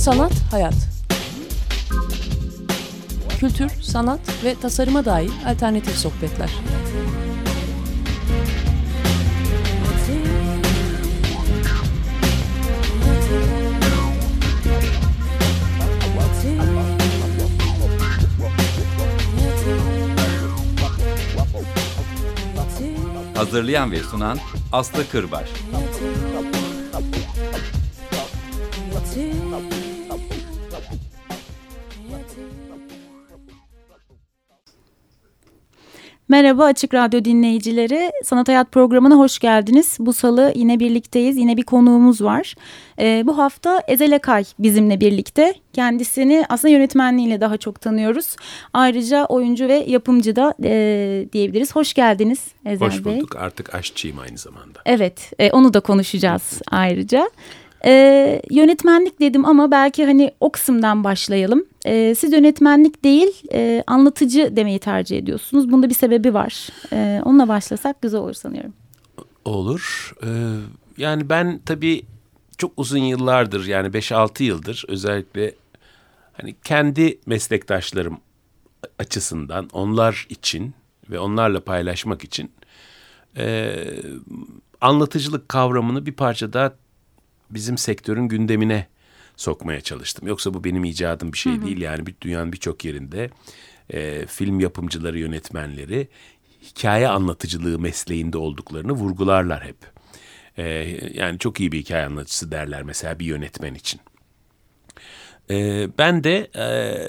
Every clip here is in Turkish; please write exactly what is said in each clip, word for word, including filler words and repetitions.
Sanat, hayat. Kültür, sanat ve tasarıma dair alternatif sohbetler. Hazırlayan ve sunan Aslı Kırbaş. Merhaba Açık Radyo dinleyicileri, Sanat Hayat programına hoş geldiniz. Bu salı yine birlikteyiz, yine bir konuğumuz var. Ee, bu hafta Ezel Akay bizimle birlikte. Kendisini aslında yönetmenliğiyle daha çok tanıyoruz. Ayrıca oyuncu ve yapımcı da e, diyebiliriz. Hoş geldiniz Ezel Bey. Hoş bulduk, Bey. Artık aşçıyım aynı zamanda. Evet, e, onu da konuşacağız ayrıca. Ee, yönetmenlik dedim ama belki hani o kısımdan başlayalım. Ee, siz yönetmenlik değil e, anlatıcı demeyi tercih ediyorsunuz. Bunda bir sebebi var. Ee, onunla başlasak güzel olur sanıyorum. Olur. Ee, yani ben tabii çok uzun yıllardır, yani beş altı yıldır özellikle hani kendi meslektaşlarım açısından, onlar için ve onlarla paylaşmak için e, anlatıcılık kavramını bir parça daha bizim sektörün gündemine sokmaya çalıştım. Yoksa bu benim icadım bir şey hı hı. değil. Yani bir, dünyanın birçok yerinde e, film yapımcıları, yönetmenleri hikaye anlatıcılığı mesleğinde olduklarını vurgularlar hep. E, yani çok iyi bir hikaye anlatıcısı derler mesela bir yönetmen için. E, ben de e,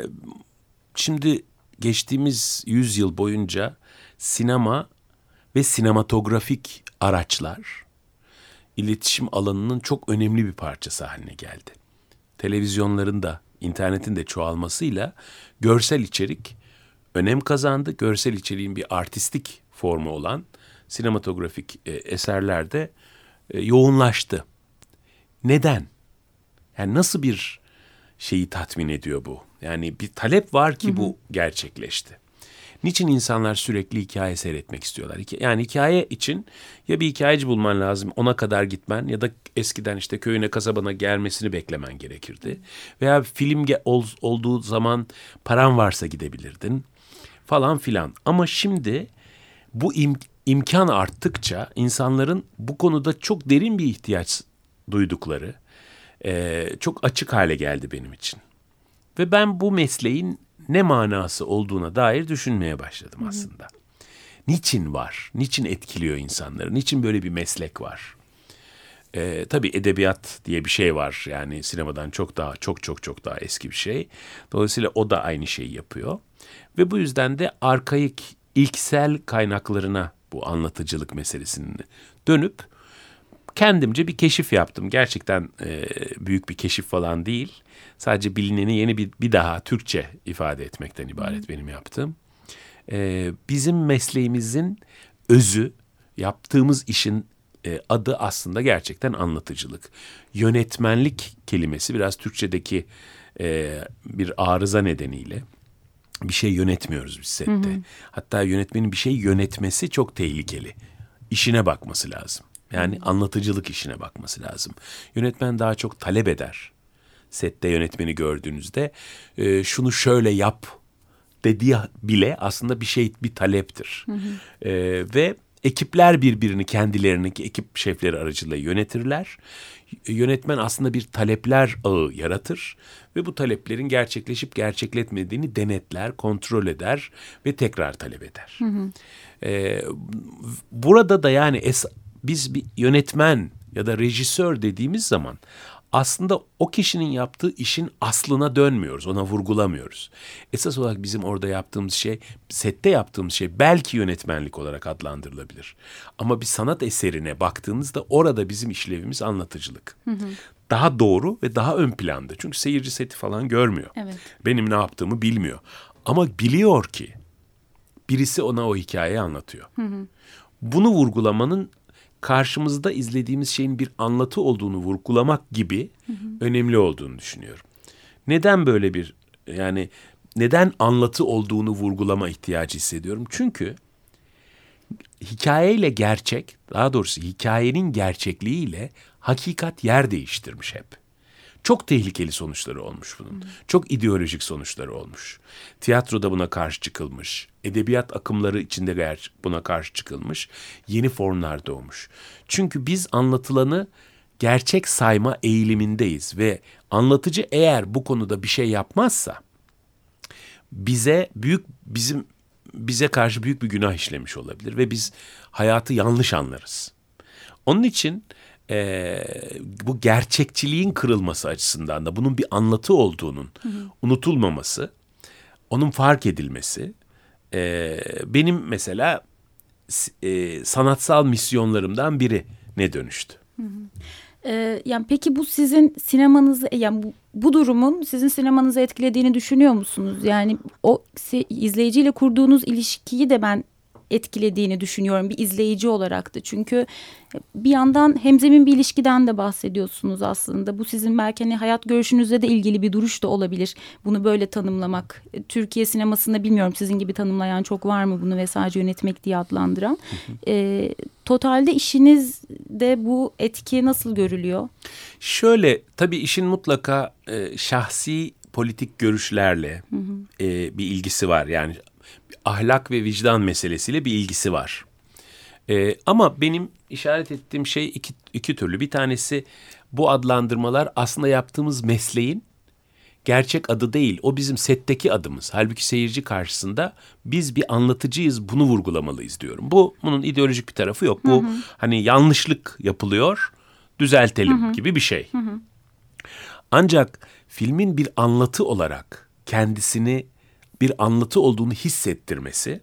şimdi geçtiğimiz yüzyıl boyunca sinema ve sinematografik araçlar İletişim alanının çok önemli bir parçası haline geldi. Televizyonların da, internetin de çoğalmasıyla görsel içerik önem kazandı. Görsel içeriğin bir artistik formu olan sinematografik e, eserlerde e, yoğunlaştı. Neden? Yani nasıl bir şeyi tatmin ediyor bu? Yani bir talep var ki hı hı. bu gerçekleşti. Niçin insanlar sürekli hikaye seyretmek istiyorlar? Yani hikaye için ya bir hikayeci bulman lazım, ona kadar gitmen ya da eskiden işte köyüne, kasabana gelmesini beklemen gerekirdi. Veya film ol, olduğu zaman paran varsa gidebilirdin falan filan. Ama şimdi bu im, imkan arttıkça insanların bu konuda çok derin bir ihtiyaç duydukları e, çok açık hale geldi benim için. Ve ben bu mesleğin ne manası olduğuna dair düşünmeye başladım Hı-hı. aslında. Niçin var? Niçin etkiliyor insanları? Niçin böyle bir meslek var? Ee, tabii edebiyat diye bir şey var. Yani sinemadan çok daha çok çok çok daha eski bir şey. Dolayısıyla o da aynı şeyi yapıyor. Ve bu yüzden de arkaik, ilksel kaynaklarına bu anlatıcılık meselesini dönüp kendimce bir keşif yaptım. Gerçekten e, büyük bir keşif falan değil. Sadece bilineni yeni bir, bir daha Türkçe ifade etmekten ibaret benim yaptığım. Ee, bizim mesleğimizin özü, yaptığımız işin e, adı aslında gerçekten anlatıcılık. Yönetmenlik kelimesi biraz Türkçedeki e, bir arıza nedeniyle bir şey yönetmiyoruz biz sette. Hı hı. Hatta yönetmenin bir şey yönetmesi çok tehlikeli. İşine bakması lazım. Yani hı. anlatıcılık işine bakması lazım. Yönetmen daha çok talep eder. Sette yönetmeni gördüğünüzde e, şunu şöyle yap dediği bile aslında bir şey, bir taleptir. Hı hı. E, ve ekipler birbirini, kendilerini, ekip şefleri aracılığıyla yönetirler. Yönetmen aslında bir talepler ağı yaratır ve bu taleplerin gerçekleşip gerçekletmediğini denetler, kontrol eder ve tekrar talep eder. Hı hı. E, burada da yani es, biz bir yönetmen ya da rejisör dediğimiz zaman aslında o kişinin yaptığı işin aslına dönmüyoruz, ona vurgulamıyoruz. Esas olarak bizim orada yaptığımız şey, sette yaptığımız şey belki yönetmenlik olarak adlandırılabilir. Ama bir sanat eserine baktığınızda orada bizim işlevimiz anlatıcılık. Hı hı. Daha doğru ve daha ön planda. Çünkü seyirci seti falan görmüyor. Evet. Benim ne yaptığımı bilmiyor. Ama biliyor ki birisi ona o hikayeyi anlatıyor. Hı hı. Bunu vurgulamanın karşımızda izlediğimiz şeyin bir anlatı olduğunu vurgulamak gibi hı hı. önemli olduğunu düşünüyorum. Neden böyle bir, yani neden anlatı olduğunu vurgulama ihtiyacı hissediyorum? Çünkü hikayeyle gerçek, daha doğrusu hikayenin gerçekliğiyle hakikat yer değiştirmiş hep. Çok tehlikeli sonuçları olmuş bunun. Hı. Çok ideolojik sonuçları olmuş. Tiyatroda buna karşı çıkılmış. Edebiyat akımları içinde buna karşı çıkılmış. Yeni formlar doğmuş. Çünkü biz anlatılanı gerçek sayma eğilimindeyiz ve anlatıcı eğer bu konuda bir şey yapmazsa bize büyük bizim bize karşı büyük bir günah işlemiş olabilir ve biz hayatı yanlış anlarız. Onun için e, bu gerçekçiliğin kırılması açısından da bunun bir anlatı olduğunun hı hı. unutulmaması, onun fark edilmesi e, benim mesela e, sanatsal misyonlarımdan biri ne dönüştü. Hı hı. Ee, yani peki bu sizin sinemanızı, yani bu, bu durumun sizin sinemanızı etkilediğini düşünüyor musunuz? Yani o izleyiciyle kurduğunuz ilişkiyi de ben etkilediğini düşünüyorum bir izleyici olarak da. Çünkü bir yandan hemzemin bir ilişkiden de bahsediyorsunuz aslında. Bu sizin belki hani hayat görüşünüzle de ilgili bir duruş da olabilir. Bunu böyle tanımlamak. Türkiye sinemasında bilmiyorum sizin gibi tanımlayan çok var mı bunu ve sadece yönetmek diye adlandıran. e, totalde işinizde bu etki nasıl görülüyor? Şöyle, tabii işin mutlaka e, şahsi politik görüşlerle hı hı. E, bir ilgisi var. Yani ahlak ve vicdan meselesiyle bir ilgisi var. Ee, ama benim işaret ettiğim şey iki, iki türlü. Bir tanesi bu adlandırmalar aslında yaptığımız mesleğin gerçek adı değil. O bizim setteki adımız. Halbuki seyirci karşısında biz bir anlatıcıyız, bunu vurgulamalıyız diyorum. Bu bunun ideolojik bir tarafı yok. Bu hı hı. hani yanlışlık yapılıyor, düzeltelim hı hı. gibi bir şey. Hı hı. Ancak filmin bir anlatı olarak kendisini bir anlatı olduğunu hissettirmesi,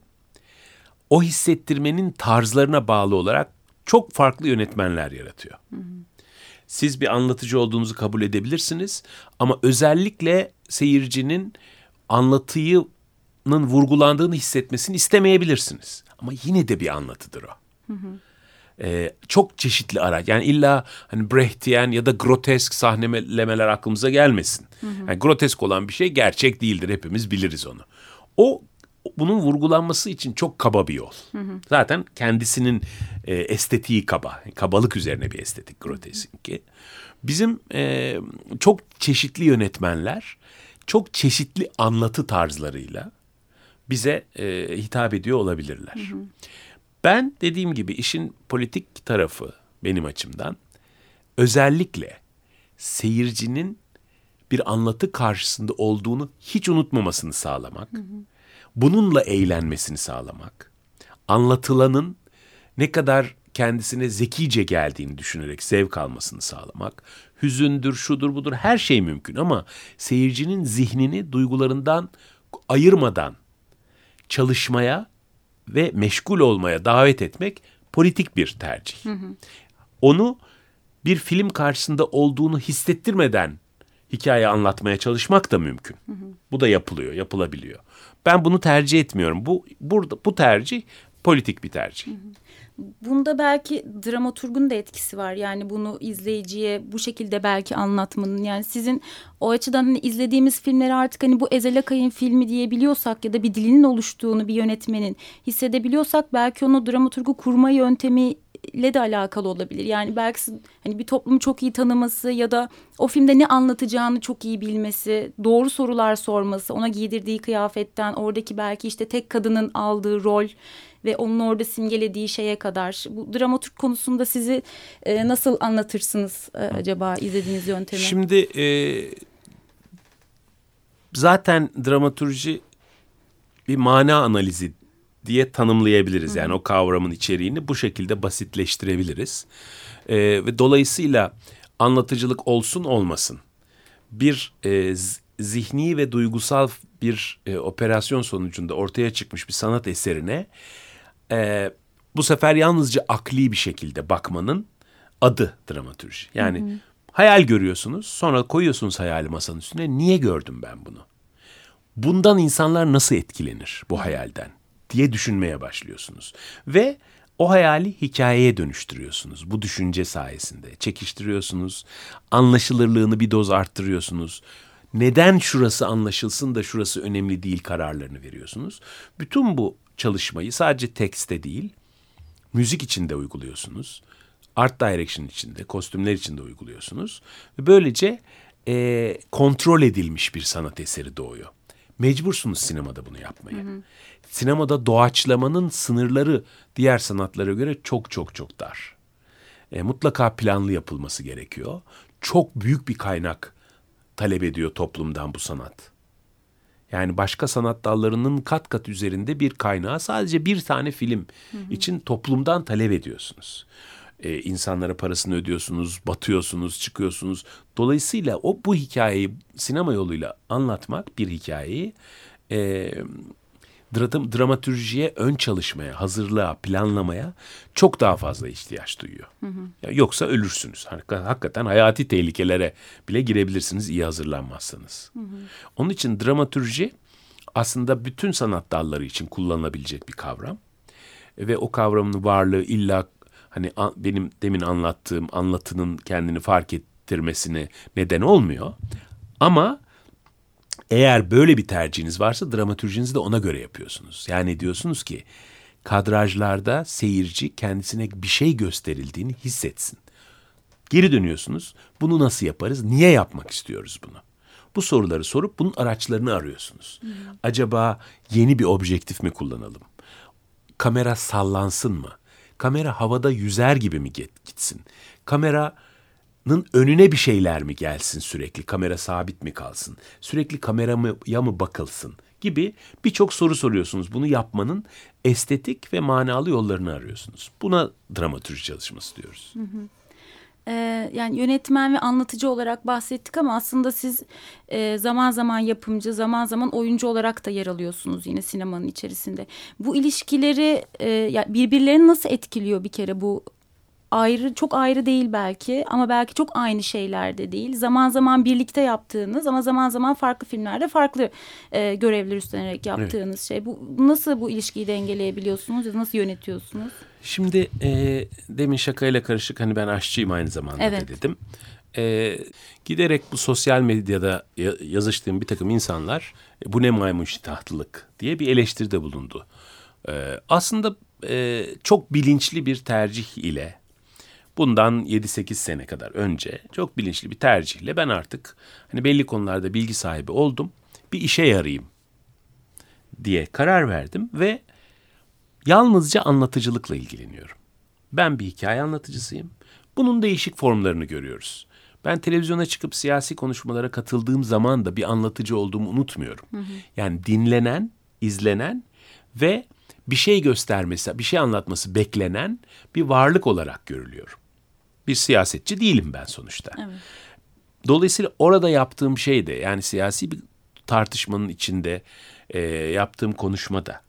o hissettirmenin tarzlarına bağlı olarak çok farklı yönetmenler yaratıyor. Hı hı. Siz bir anlatıcı olduğunuzu kabul edebilirsiniz ama özellikle seyircinin anlatıyının vurgulandığını hissetmesini istemeyebilirsiniz. Ama yine de bir anlatıdır o. Hı hı. Ee, çok çeşitli araç. Yani illa hani Brechtian ya da grotesk sahnelemeler aklımıza gelmesin. Hı hı. Yani grotesk olan bir şey gerçek değildir. Hepimiz biliriz onu. O bunun vurgulanması için çok kaba bir yol. Hı hı. Zaten kendisinin e, estetiği kaba. Kabalık üzerine bir estetik groteski. Bizim e, çok çeşitli yönetmenler, çok çeşitli anlatı tarzlarıyla bize e, hitap ediyor olabilirler. Hı hı. Ben dediğim gibi işin politik tarafı benim açımdan özellikle seyircinin bir anlatı karşısında olduğunu hiç unutmamasını sağlamak, hı hı. bununla eğlenmesini sağlamak, anlatılanın ne kadar kendisine zekice geldiğini düşünerek zevk almasını sağlamak, hüzündür, şudur budur her şey mümkün ama seyircinin zihnini duygularından ayırmadan çalışmaya ve meşgul olmaya davet etmek politik bir tercih. Hı hı. Onu bir film karşısında olduğunu hissettirmeden hikaye anlatmaya çalışmak da mümkün. Hı hı. Bu da yapılıyor, yapılabiliyor. Ben bunu tercih etmiyorum. Bu burada bu tercih politik bir tercih. Hı hı. Bunda belki dramaturgun da etkisi var. Yani bunu izleyiciye bu şekilde belki anlatmanın. Yani sizin o açıdan hani izlediğimiz filmleri artık hani bu Ezel Akay'ın filmi diyebiliyorsak ya da bir dilinin oluştuğunu bir yönetmenin hissedebiliyorsak belki onu dramaturgu kurma yöntemiyle de alakalı olabilir. Yani belki hani bir toplumu çok iyi tanıması ya da o filmde ne anlatacağını çok iyi bilmesi, doğru sorular sorması, ona giydirdiği kıyafetten oradaki belki işte tek kadının aldığı rol ve onun orada simgelediği şeye kadar. Bu dramaturg konusunda sizi e, nasıl anlatırsınız e, acaba izlediğiniz yöntemi? Şimdi e, zaten dramaturji bir mana analizi diye tanımlayabiliriz. Hı. Yani o kavramın içeriğini bu şekilde basitleştirebiliriz. E, ve dolayısıyla anlatıcılık olsun olmasın bir e, zihni ve duygusal bir e, operasyon sonucunda ortaya çıkmış bir sanat eserine Ee, bu sefer yalnızca akli bir şekilde bakmanın adı dramatürji. Yani hı hı. hayal görüyorsunuz, sonra koyuyorsunuz hayali masanın üstüne. Niye gördüm ben bunu? Bundan insanlar nasıl etkilenir bu hayalden diye düşünmeye başlıyorsunuz. Ve o hayali hikayeye dönüştürüyorsunuz bu düşünce sayesinde. Çekiştiriyorsunuz, anlaşılırlığını bir doz arttırıyorsunuz. Neden şurası anlaşılsın da şurası önemli değil kararlarını veriyorsunuz. Bütün bu çalışmayı sadece tekste değil, müzik içinde uyguluyorsunuz. Art direction içinde, kostümler içinde uyguluyorsunuz. Ve böylece e, kontrol edilmiş bir sanat eseri doğuyor. Mecbursunuz sinemada bunu yapmaya. Hı hı. Sinemada doğaçlamanın sınırları diğer sanatlara göre çok çok çok dar. E, mutlaka planlı yapılması gerekiyor. Çok büyük bir kaynak talep ediyor toplumdan bu sanat. Yani başka sanat dallarının kat kat üzerinde bir kaynağı sadece bir tane film hı hı. için toplumdan talep ediyorsunuz. Ee, insanlara parasını ödüyorsunuz, batıyorsunuz, çıkıyorsunuz. Dolayısıyla o bu hikayeyi sinema yoluyla anlatmak, bir hikayeyi e, dram, dramatürjiye, ön çalışmaya, hazırlığa, planlamaya çok daha fazla ihtiyaç duyuyor. Hı hı. Ya yoksa ölürsünüz. Hakikaten hayati tehlikelere bile girebilirsiniz iyi hazırlanmazsanız. Hı hı. Onun için dramatürji aslında bütün sanat dalları için kullanılabilecek bir kavram. Ve o kavramın varlığı illa hani benim demin anlattığım anlatının kendini fark ettirmesine neden olmuyor. Ama eğer böyle bir tercihiniz varsa dramatürjinizi de ona göre yapıyorsunuz. Yani diyorsunuz ki kadrajlarda seyirci kendisine bir şey gösterildiğini hissetsin. Geri dönüyorsunuz. Bunu nasıl yaparız? Niye yapmak istiyoruz bunu? Bu soruları sorup bunun araçlarını arıyorsunuz. Hmm. Acaba yeni bir objektif mi kullanalım? Kamera sallansın mı? Kamera havada yüzer gibi mi gitsin? Kameranın önüne bir şeyler mi gelsin sürekli? Kamera sabit mi kalsın? Sürekli kameraya mı bakılsın? Gibi birçok soru soruyorsunuz. Bunu yapmanın estetik ve manalı yollarını arıyorsunuz. Buna dramatürji çalışması diyoruz. Hı hı. Ee, yani yönetmen ve anlatıcı olarak bahsettik ama aslında siz e, zaman zaman yapımcı, zaman zaman oyuncu olarak da yer alıyorsunuz yine sinemanın içerisinde. Bu ilişkileri e, yani birbirlerini nasıl etkiliyor bir kere bu? Ayrı, çok ayrı değil belki ama belki çok aynı şeyler de değil. Zaman zaman birlikte yaptığınız ama zaman zaman farklı filmlerde farklı e, görevler üstlenerek yaptığınız evet. şey. Bu nasıl bu ilişkiyi dengeleyebiliyorsunuz ya da nasıl yönetiyorsunuz? Şimdi e, demin şakayla karışık hani ben aşçıyım aynı zamanda evet. da dedim. E, giderek bu sosyal medyada yazıştığım bir takım insanlar e, bu ne maymun iştahlılık diye bir eleştiride bulundu. E, aslında e, çok bilinçli bir tercih ile bundan yedi sekiz sene kadar önce çok bilinçli bir tercihle ben artık hani belli konularda bilgi sahibi oldum. Bir işe yarayayım diye karar verdim ve yalnızca anlatıcılıkla ilgileniyorum. Ben bir hikaye anlatıcısıyım. Bunun değişik formlarını görüyoruz. Ben televizyona çıkıp siyasi konuşmalara katıldığım zaman da bir anlatıcı olduğumu unutmuyorum. Hı hı. Yani dinlenen, izlenen ve bir şey göstermesi, bir şey anlatması beklenen bir varlık olarak görülüyorum. Bir siyasetçi değilim ben sonuçta. Evet. Dolayısıyla orada yaptığım şey de yani siyasi bir tartışmanın içinde e, yaptığım konuşmada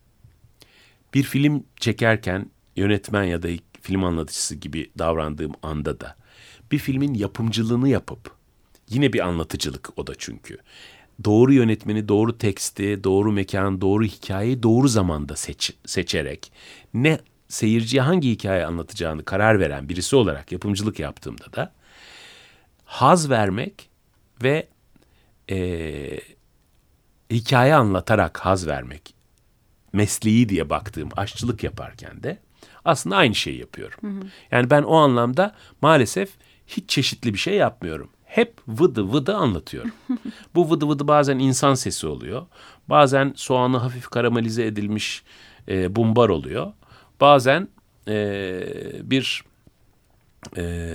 bir film çekerken yönetmen ya da film anlatıcısı gibi davrandığım anda da bir filmin yapımcılığını yapıp yine bir anlatıcılık o da çünkü. Doğru yönetmeni, doğru teksti, doğru mekan, doğru hikayeyi doğru zamanda seç, seçerek ne seyirciye hangi hikaye anlatacağını karar veren birisi olarak yapımcılık yaptığımda da haz vermek ve e, hikaye anlatarak haz vermek mesleği diye baktığım aşçılık yaparken de aslında aynı şeyi yapıyorum. Hı hı. Yani ben o anlamda maalesef hiç çeşitli bir şey yapmıyorum. Hep vıdı vıdı anlatıyorum. Bu vıdı vıdı bazen insan sesi oluyor. Bazen soğanı hafif karamelize edilmiş e, bumbar oluyor. Bazen e, bir e,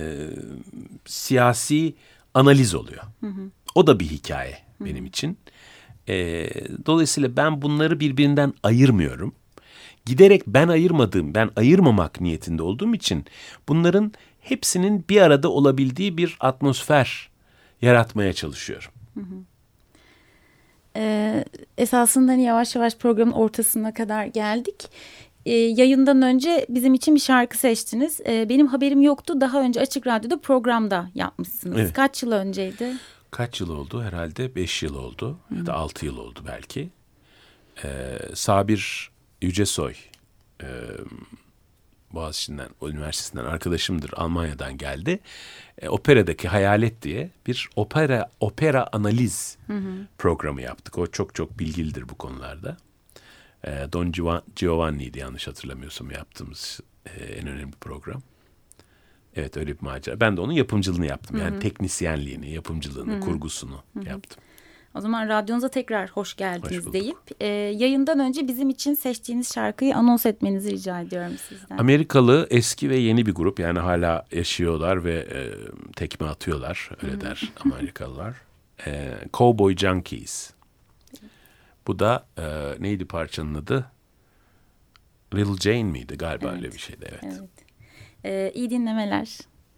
siyasi analiz oluyor. Hı hı. O da bir hikaye hı hı. benim için. E, dolayısıyla ben bunları birbirinden ayırmıyorum. Giderek ben ayırmadığım, ben ayırmamak niyetinde olduğum için bunların hepsinin bir arada olabildiği bir atmosfer yaratmaya çalışıyorum. Hı hı. Ee, esasında yavaş yavaş programın ortasına kadar geldik. Ee, yayından önce bizim için bir şarkı seçtiniz. Ee, benim haberim yoktu. Daha önce Açık Radyo'da programda yapmışsınız. Evet. Kaç yıl önceydi? Kaç yıl oldu? Herhalde beş yıl oldu. Hı. Ya da altı yıl oldu belki. Ee, Sabir Yücesoy, e, Boğaziçi'nden, o üniversitesinden arkadaşımdır. Almanya'dan geldi. E, Operadaki Hayalet diye bir opera opera analiz hı hı. programı yaptık. O çok çok bilgilidir bu konularda. E, Don Giovanni'ydi yanlış hatırlamıyorsam yaptığımız e, en önemli program. Evet, öyle bir macera. Ben de onun yapımcılığını yaptım. Yani Hı-hı. teknisyenliğini, yapımcılığını, Hı-hı. kurgusunu Hı-hı. yaptım. O zaman radyonuza tekrar hoş geldiniz hoş deyip e, yayından önce bizim için seçtiğiniz şarkıyı anons etmenizi rica ediyorum sizden. Amerikalı eski ve yeni bir grup, yani hala yaşıyorlar ve e, tekme atıyorlar, öyle der Amerikalılar. E, Cowboy Junkies. Bu da e, neydi parçanın adı? Little Jane miydi? Galiba evet. öyle bir şeydi. Evet. evet. E, iyi dinlemeler.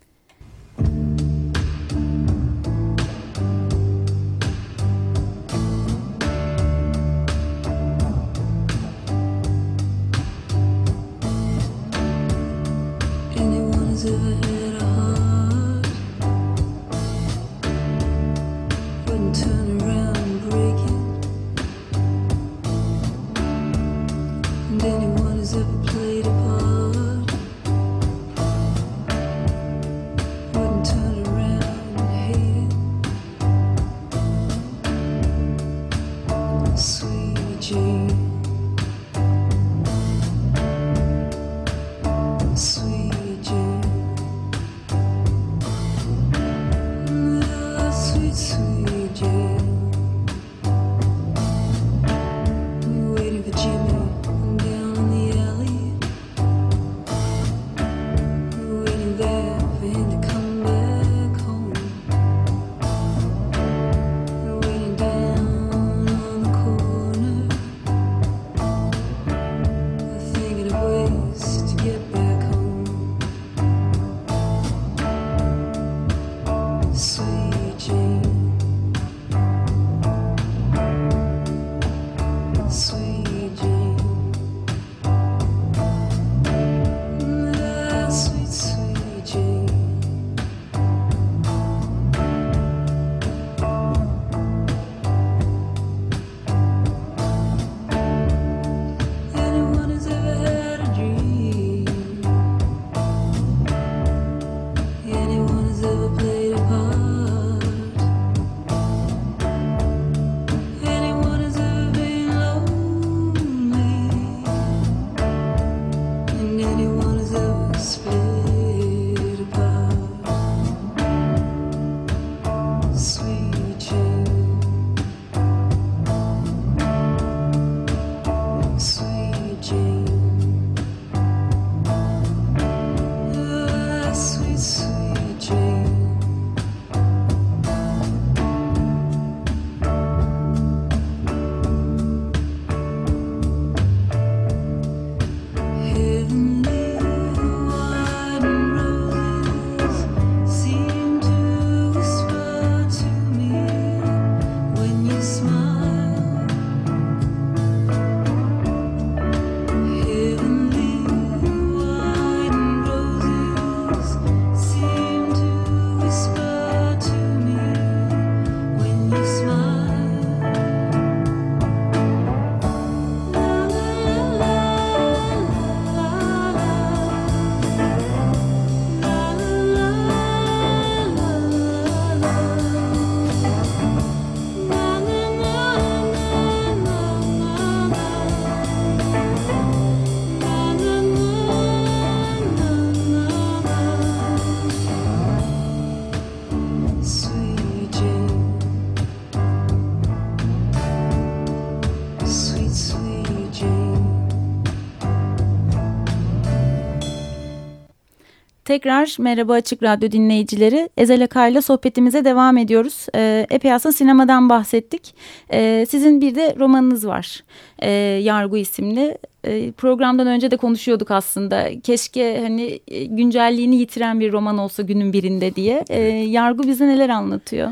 Tekrar merhaba Açık Radyo dinleyicileri. Ezel Akay'la sohbetimize devam ediyoruz. Ee, epey aslında sinemadan bahsettik. Ee, sizin bir de romanınız var. Ee, Yargı isimli. Ee, programdan önce de konuşuyorduk aslında. Keşke hani güncelliğini yitiren bir roman olsa günün birinde diye. Ee, Yargı bize neler anlatıyor?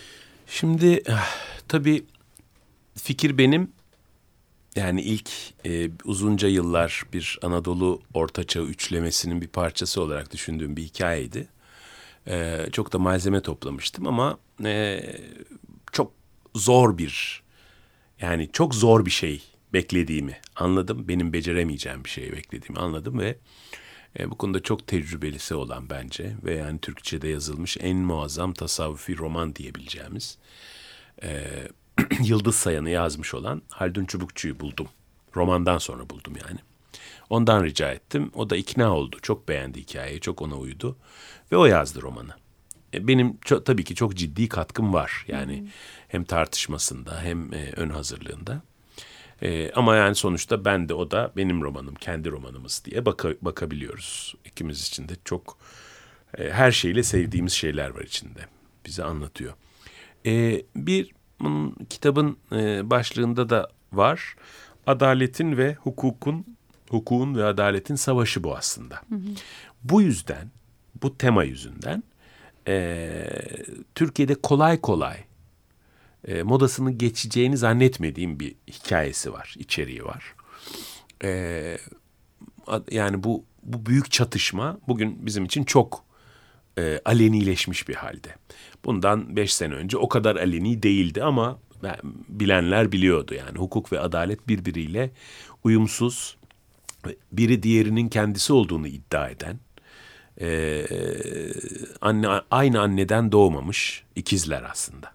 Şimdi tabii fikir benim. Yani ilk e, uzunca yıllar bir Anadolu Ortaçağ üçlemesinin bir parçası olarak düşündüğüm bir hikayeydi. E, çok da malzeme toplamıştım ama e, çok zor bir, yani çok zor bir şey beklediğimi anladım. Benim beceremeyeceğim bir şey beklediğimi anladım ve e, bu konuda çok tecrübelisi olan bence ve yani Türkçe'de yazılmış en muazzam tasavvufi roman diyebileceğimiz E, Yıldız Sayan'ı yazmış olan Haldun Çubukçu'yu buldum. Romandan sonra buldum yani. Ondan rica ettim. O da ikna oldu. Çok beğendi hikayeyi. Çok ona uydu. Ve o yazdı romanı. E, benim çok, tabii ki çok ciddi katkım var. Yani hmm. hem tartışmasında hem e, ön hazırlığında. E, ama yani sonuçta ben de o da benim romanım, kendi romanımız diye baka, bakabiliyoruz. İkimiz için de çok e, her şeyle sevdiğimiz şeyler var içinde. Bize anlatıyor. E, bir bunun, kitabın e, başlığında da var. Adaletin ve hukukun, hukukun ve adaletin savaşı bu aslında. Hı hı. Bu yüzden, bu tema yüzünden e, Türkiye'de kolay kolay e, modasını geçeceğini zannetmediğim bir hikayesi var, içeriği var. E, yani bu bu büyük çatışma bugün bizim için çok e, alenileşmiş bir halde. Bundan beş sene önce o kadar aleni değildi ama bilenler biliyordu. Yani hukuk ve adalet birbiriyle uyumsuz, biri diğerinin kendisi olduğunu iddia eden, e, anne aynı anneden doğmamış ikizler aslında.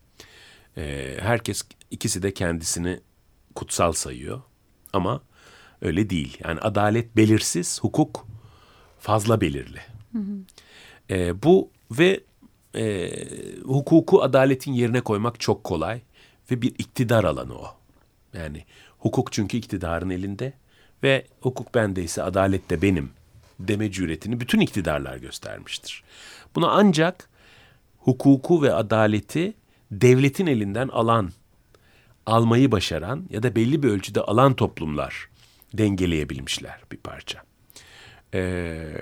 E, herkes ikisi de kendisini kutsal sayıyor ama öyle değil. Yani adalet belirsiz, hukuk fazla belirli. Hı hı. E, bu ve e, hukuku adaletin yerine koymak çok kolay ve bir iktidar alanı o. Yani hukuk çünkü iktidarın elinde ve hukuk bendeyse adalet de benim deme cüretini bütün iktidarlar göstermiştir. Buna ancak hukuku ve adaleti devletin elinden alan, almayı başaran ya da belli bir ölçüde alan toplumlar dengeleyebilmişler bir parça. Ee,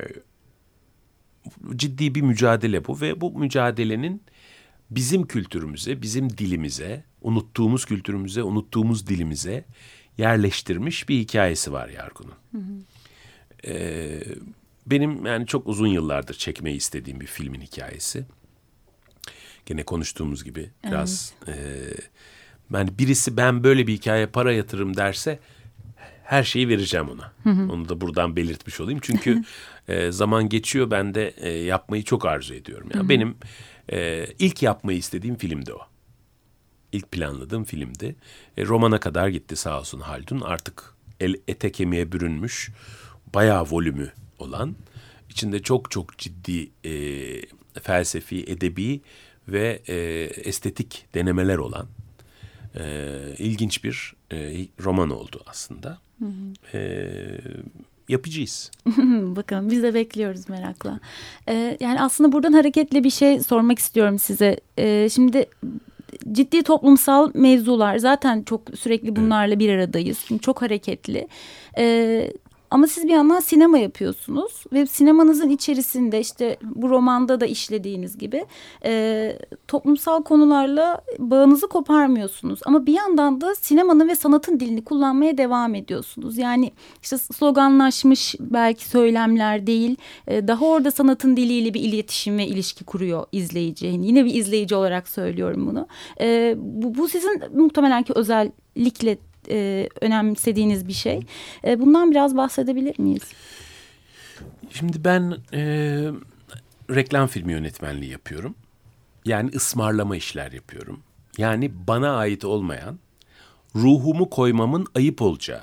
ciddi bir mücadele bu ve bu mücadelenin bizim kültürümüze, bizim dilimize, unuttuğumuz kültürümüze, unuttuğumuz dilimize yerleştirmiş bir hikayesi var Yargun'un. Hı hı. Ee, benim yani çok uzun yıllardır çekmeyi istediğim bir filmin hikayesi. Gene konuştuğumuz gibi biraz evet. e, yani birisi ben böyle bir hikaye para yatırırım derse her şeyi vereceğim ona. Hı hı. Onu da buradan belirtmiş olayım. Çünkü e, zaman geçiyor, ben de e, yapmayı çok arzu ediyorum. Yani hı hı. Benim e, ilk yapmayı istediğim filmdi o. İlk planladığım filmdi. E, romana kadar gitti sağ olsun Haldun. Artık el, ete kemiğe bürünmüş, bayağı volümü olan, içinde çok çok ciddi e, felsefi, edebi ve e, estetik denemeler olan e, ilginç bir e, roman oldu aslında. Hı hı. E, yapacağız. Bakalım, biz de bekliyoruz merakla. Ee, yani aslında buradan hareketle bir şey sormak istiyorum size. Ee, şimdi ciddi toplumsal mevzular, zaten çok sürekli bunlarla bir aradayız. Çünkü çok hareketli. Ee, Ama siz bir yandan sinema yapıyorsunuz ve sinemanızın içerisinde işte bu romanda da işlediğiniz gibi e, toplumsal konularla bağınızı koparmıyorsunuz. Ama bir yandan da sinemanın ve sanatın dilini kullanmaya devam ediyorsunuz. Yani işte sloganlaşmış belki söylemler değil, e, daha orada sanatın diliyle bir iletişim ve ilişki kuruyor izleyici. Yani yine bir izleyici olarak söylüyorum bunu. E, bu, bu sizin muhtemelen ki özellikle E, önemsediğiniz bir şey. E, bundan biraz bahsedebilir miyiz? Şimdi ben e, reklam filmi yönetmenliği yapıyorum. Yani ısmarlama işler yapıyorum. Yani bana ait olmayan, ruhumu koymamın ayıp olacağı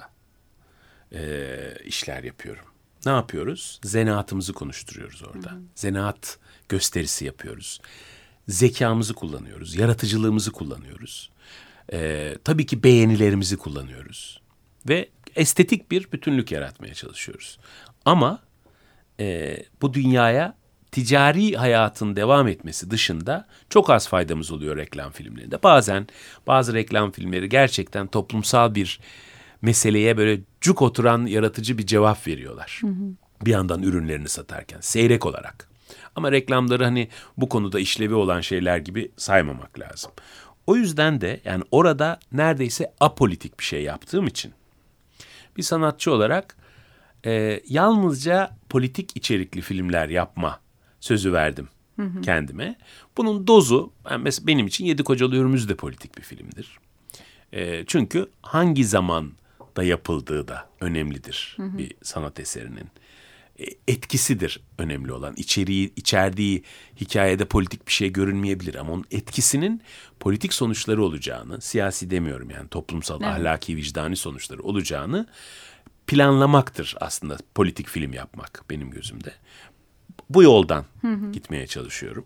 e, işler yapıyorum. Ne yapıyoruz? Zanaatımızı konuşturuyoruz orada. Hı hı. Zanaat gösterisi yapıyoruz. Zekamızı kullanıyoruz, yaratıcılığımızı kullanıyoruz. Ee, tabii ki beğenilerimizi kullanıyoruz ve estetik bir bütünlük yaratmaya çalışıyoruz. Ama e, bu dünyaya ticari hayatın devam etmesi dışında çok az faydamız oluyor reklam filmlerinde. Bazen bazı reklam filmleri gerçekten toplumsal bir meseleye böyle cuk oturan yaratıcı bir cevap veriyorlar. Hı hı. Bir yandan ürünlerini satarken seyrek olarak. Ama reklamları hani bu konuda işlevi olan şeyler gibi saymamak lazım. O yüzden de yani orada neredeyse apolitik bir şey yaptığım için bir sanatçı olarak e, yalnızca politik içerikli filmler yapma sözü verdim hı hı. kendime. Bunun dozu yani mesela benim için Yedi Kocalı Hürmüz de politik bir filmdir. E, çünkü hangi zamanda yapıldığı da önemlidir hı hı. bir sanat eserinin. Etkisidir önemli olan. İçeriği, içerdiği hikayede politik bir şey görünmeyebilir ama onun etkisinin politik sonuçları olacağını, siyasi demiyorum yani toplumsal, evet. ahlaki, vicdani sonuçları olacağını planlamaktır aslında politik film yapmak benim gözümde. Bu yoldan hı hı. gitmeye çalışıyorum.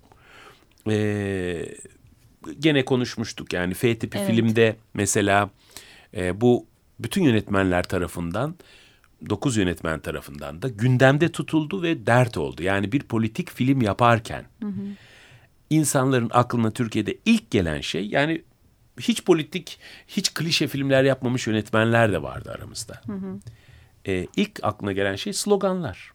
Ee, gene konuşmuştuk yani F tipi evet. filmde mesela e, bu bütün yönetmenler tarafından, dokuz yönetmen tarafından da gündemde tutuldu ve dert oldu. Yani bir politik film yaparken hı hı. insanların aklına Türkiye'de ilk gelen şey, yani hiç politik, hiç klişe filmler yapmamış yönetmenler de vardı aramızda. Hı hı. Ee, ilk aklına gelen şey sloganlar.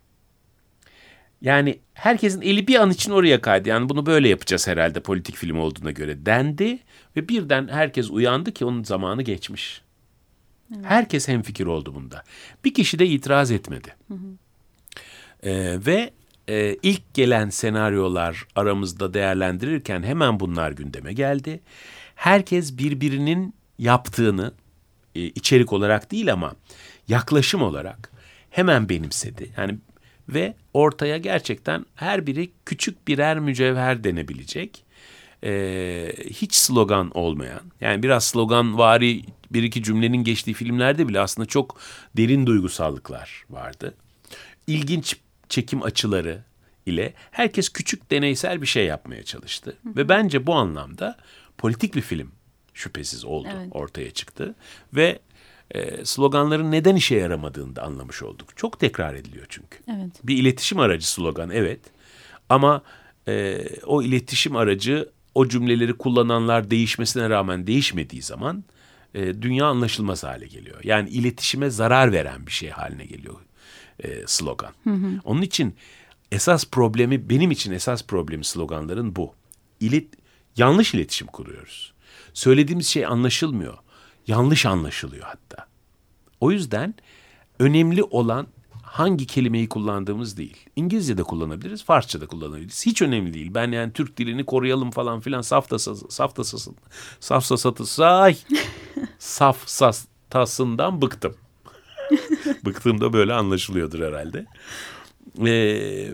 Yani herkesin eli bir an için oraya kaydı. Yani bunu böyle yapacağız herhalde politik film olduğuna göre dendi. Ve birden herkes uyandı ki onun zamanı geçmiş. Evet. Herkes hemfikir oldu bunda. Bir kişi de itiraz etmedi. Hı hı. Ee, ve e, ilk gelen senaryolar aramızda değerlendirirken hemen bunlar gündeme geldi. Herkes birbirinin yaptığını e, içerik olarak değil ama yaklaşım olarak hemen benimsedi. Yani ve ortaya gerçekten her biri küçük birer mücevher denebilecek, e, hiç slogan olmayan, yani biraz sloganvari bir iki cümlenin geçtiği filmlerde bile aslında çok derin duygusallıklar vardı. İlginç çekim açıları ile herkes küçük deneysel bir şey yapmaya çalıştı. Hı hı. Ve bence bu anlamda politik bir film şüphesiz oldu, evet. ortaya çıktı. Ve e, sloganların neden işe yaramadığını da anlamış olduk. Çok tekrar ediliyor çünkü. Evet. Bir iletişim aracı slogan, evet. Ama e, o iletişim aracı o cümleleri kullananlar değişmesine rağmen değişmediği zaman e, dünya anlaşılmaz hale geliyor. Yani iletişime zarar veren bir şey haline geliyor e, slogan. Hı hı. Onun için esas problemi, benim için esas problemi sloganların bu. İlet, yanlış iletişim kuruyoruz. Söylediğimiz şey anlaşılmıyor. Yanlış anlaşılıyor hatta. O yüzden önemli olan hangi kelimeyi kullandığımız değil. İngilizce'de kullanabiliriz, Farsça'da kullanabiliriz. Hiç önemli değil. Ben yani Türk dilini koruyalım falan filan saftasası, saftasası, safsasatı say, safsatasından bıktım. Bıktığımda böyle anlaşılıyordur herhalde. Ee,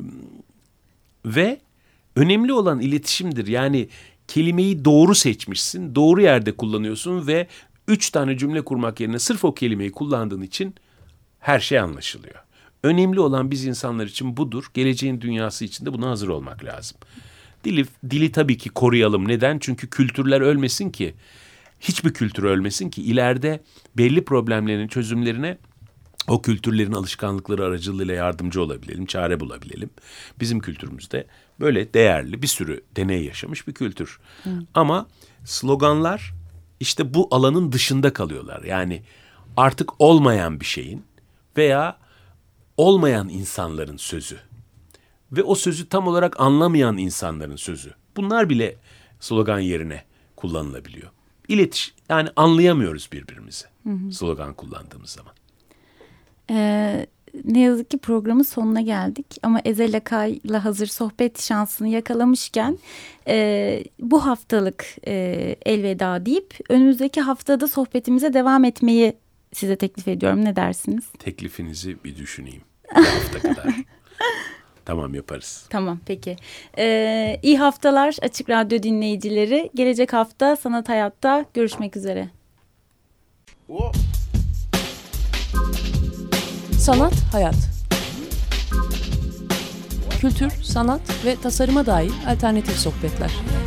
ve önemli olan iletişimdir. Yani kelimeyi doğru seçmişsin, doğru yerde kullanıyorsun ve üç tane cümle kurmak yerine sırf o kelimeyi kullandığın için her şey anlaşılıyor. Önemli olan biz insanlar için budur. Geleceğin dünyası için de buna hazır olmak lazım. Dili, dili tabii ki koruyalım. Neden? Çünkü kültürler ölmesin ki, hiçbir kültür ölmesin ki ileride belli problemlerin çözümlerine o kültürlerin alışkanlıkları aracılığıyla yardımcı olabilelim, çare bulabilelim. Bizim kültürümüzde böyle değerli bir sürü deney yaşamış bir kültür. Hı. Ama sloganlar işte bu alanın dışında kalıyorlar. Yani artık olmayan bir şeyin veya olmayan insanların sözü ve o sözü tam olarak anlamayan insanların sözü. Bunlar bile slogan yerine kullanılabiliyor. İletiş, yani anlayamıyoruz birbirimizi hı hı. slogan kullandığımız zaman. Ee, ne yazık ki programın sonuna geldik ama Ezel Akay'la hazır sohbet şansını yakalamışken e, bu haftalık e, elveda deyip önümüzdeki haftada sohbetimize devam etmeyi size teklif ediyorum. Ne dersiniz? Teklifinizi bir düşüneyim. Bir hafta kadar. Tamam, yaparız. Tamam, peki. Ee, iyi haftalar Açık Radyo dinleyicileri. Gelecek hafta Sanat Hayat'ta görüşmek üzere. Oh. Sanat Hayat. Kültür, sanat ve tasarıma dair alternatif sohbetler.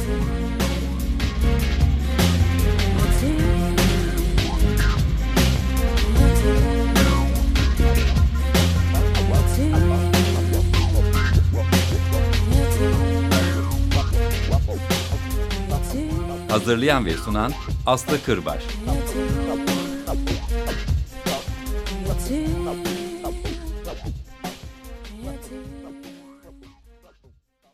Hazırlayan ve sunan Aslı Kırbaş. Thank you.